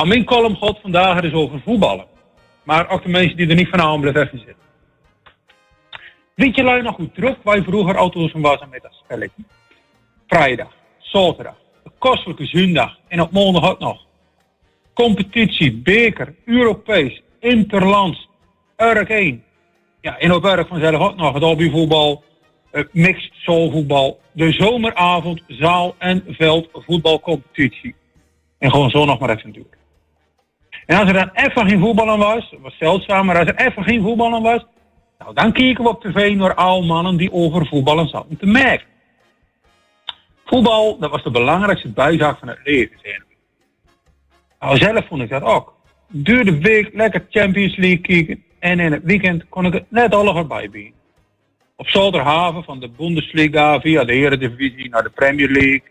Nou, mijn column gaat vandaag dus over voetballen. Maar ook de mensen die er niet vanavond blijven even zitten. Weet je nog hoe druk wij vroeger auto's waren met dat spelletje? Vrijdag, zaterdag, de kostelijke zondag en op maandag ook nog. Competitie, beker, Europees, interlands, erg 1. Ja, en op erg vanzelf ook nog het hobbyvoetbal, mixed zaalvoetbal, de zomeravond, zaal- en veldvoetbalcompetitie. En gewoon zo nog maar even duren. En als er dan even geen voetballen was, dat was zeldzaam, maar als er even geen voetballen was, nou dan keken we op tv naar oude mannen die over voetballen zaten te merken. Voetbal, dat was de belangrijkste bijzaak van het leven, zijn we. Nou, zelf vond ik dat ook. Door de week lekker Champions League kijken en in het weekend kon ik het net allemaal erbij bieden. Op zolderhaven van de Bundesliga via de Eredivisie naar de Premier League.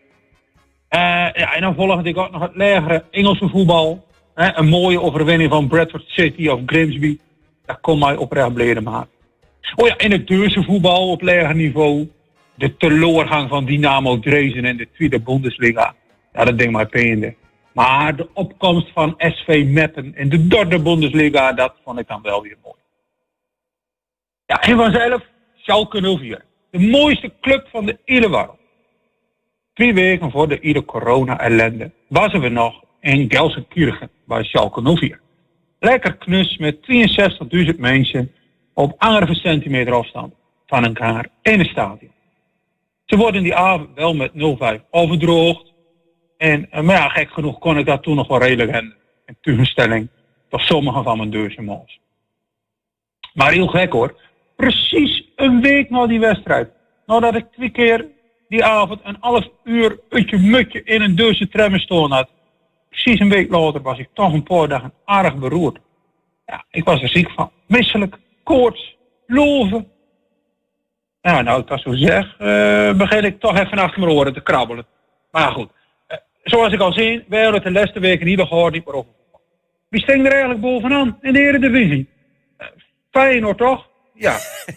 Ja, en dan volgde ik ook nog het lagere Engelse voetbal. Een mooie overwinning van Bradford City of Grimsby. Dat kon mij oprecht bleden maken. Oh ja, en het Duitse voetbal op lager niveau. De teleurgang van Dynamo Dresden in de tweede Bundesliga. Ja, dat ding mij peende. Maar de opkomst van SV Meppen in de derde Bundesliga, dat vond ik dan wel weer mooi. Ja, en vanzelf Schalke 04. De mooiste club van de hele wereld. 2 weken voor de iedere corona-ellende waren we nog in Gelsenkirchen bij Schalke 04. Lekker knus met 62.000 mensen op 1,5 centimeter afstand van elkaar in het stadion. Ze worden die avond wel met 0-5 overdroogd. Maar ja, gek genoeg kon ik dat toen nog wel redelijk hebben. In tegenstelling tot sommige van mijn Duitse maals. Maar heel gek hoor. Precies een week na die wedstrijd. Nadat ik 2 keer die avond een half uur utje-mutje in een Duitse tram stonden had. Precies een week later was ik toch een paar dagen aardig beroerd. Ja, ik was er ziek van. Misselijk, koorts, loven. Ja, nou, ik dat zo zeg, begin ik toch even achter mijn oren te krabbelen. Maar goed. Zoals ik al zei, wij hadden de laatste weken niet gehoord niet meer over voetbal. Wie sting er eigenlijk bovenaan in de Eredivisie? Feyenoord toch? Ja.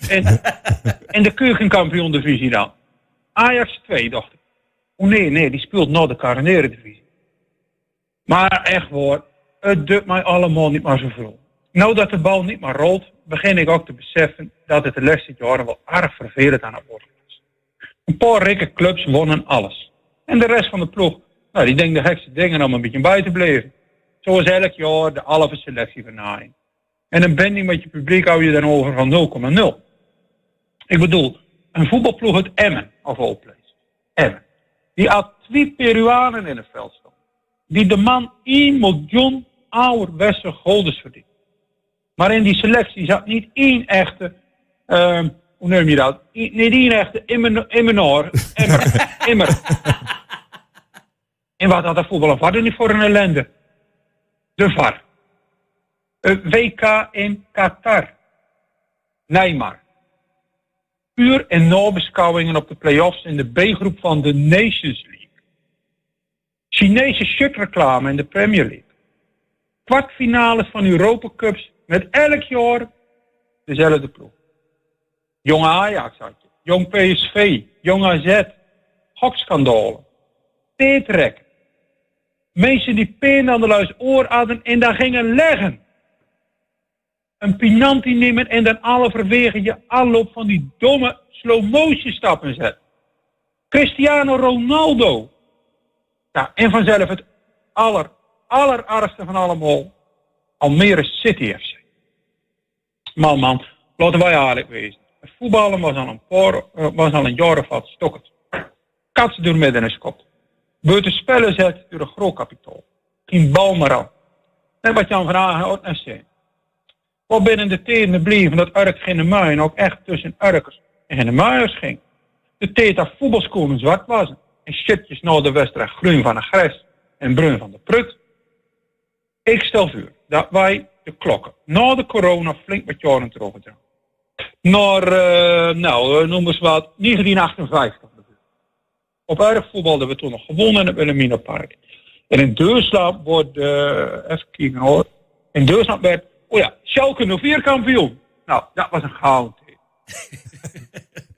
En de keukenkampioen-divisie dan? Ajax 2, dacht ik. Oh nee, die speelt nog de kar in de Eredivisie. Maar echt hoor, het doet mij allemaal niet meer zo veel. Nou dat de bal niet meer rolt, begin ik ook te beseffen dat het de laatste jaren wel erg vervelend aan het worden is. Een paar rikke clubs wonnen alles. En de rest van de ploeg, nou, die denkt de gekste dingen om een beetje bij te blijven. Zoals elk jaar de halve selectie vernaaien. En een binding met je publiek hou je dan over van 0,0. Ik bedoel, een voetbalploeg uit Emmen, of all places. Emmen. Die had 2 Peruanen in het veld staan. Die de man 1 miljoen ouderwetse guldens verdient. Maar in die selectie zat niet één echte, hoe noem je dat? Niet één echte Emmenaar. Immer. En wat had dat voetbal of niet voor een ellende? De VAR. WK in Qatar. Neymar. Puur en nabeschouwingen op de play-offs in de B-groep van de Nations League. Chinese shirtreclame in de Premier League. Kwartfinales van Europa Cups met elk jaar dezelfde ploeg. Jonge Ajax had je. Jong PSV. Jong AZ. Gokschandalen. Teetrek. Mensen die pijn aan de luis oor hadden en daar gingen leggen. Een pinanti nemen en dan alle verwegen je aanloop van die domme slow motion stappen zet. Cristiano Ronaldo. Ja, en vanzelf het allerargste van allemaal. Almere City FC. Man, laten wij eerlijk wezen. Het voetballen was al een jaar of wat stokkend. Kats door midden in kop. Buiten spellen zet door een groot kapitaal. Geen bal maar aan. Net wat Jan van Hagen ook net zei. Wat binnen de tijden bleven dat Urk geen Muien ook echt tussen Urkers en geen Muiers ging. De tijd dat voetbalschoenen zwart was en shitjes naar de wedstrijd groen van de gres en bruin van de prut. Ik stel voor dat wij de klokken na de corona flink met jaren teruggedraaien. Naar, noem eens wat, 1958. Op erg voetbal hebben we toen nog gewonnen in het Wilhelminapark. En in Duitsland wordt, even kijken hoor. In Duitsland werd, Schalke 04 kampioen. Nou, dat was een gouden tijd.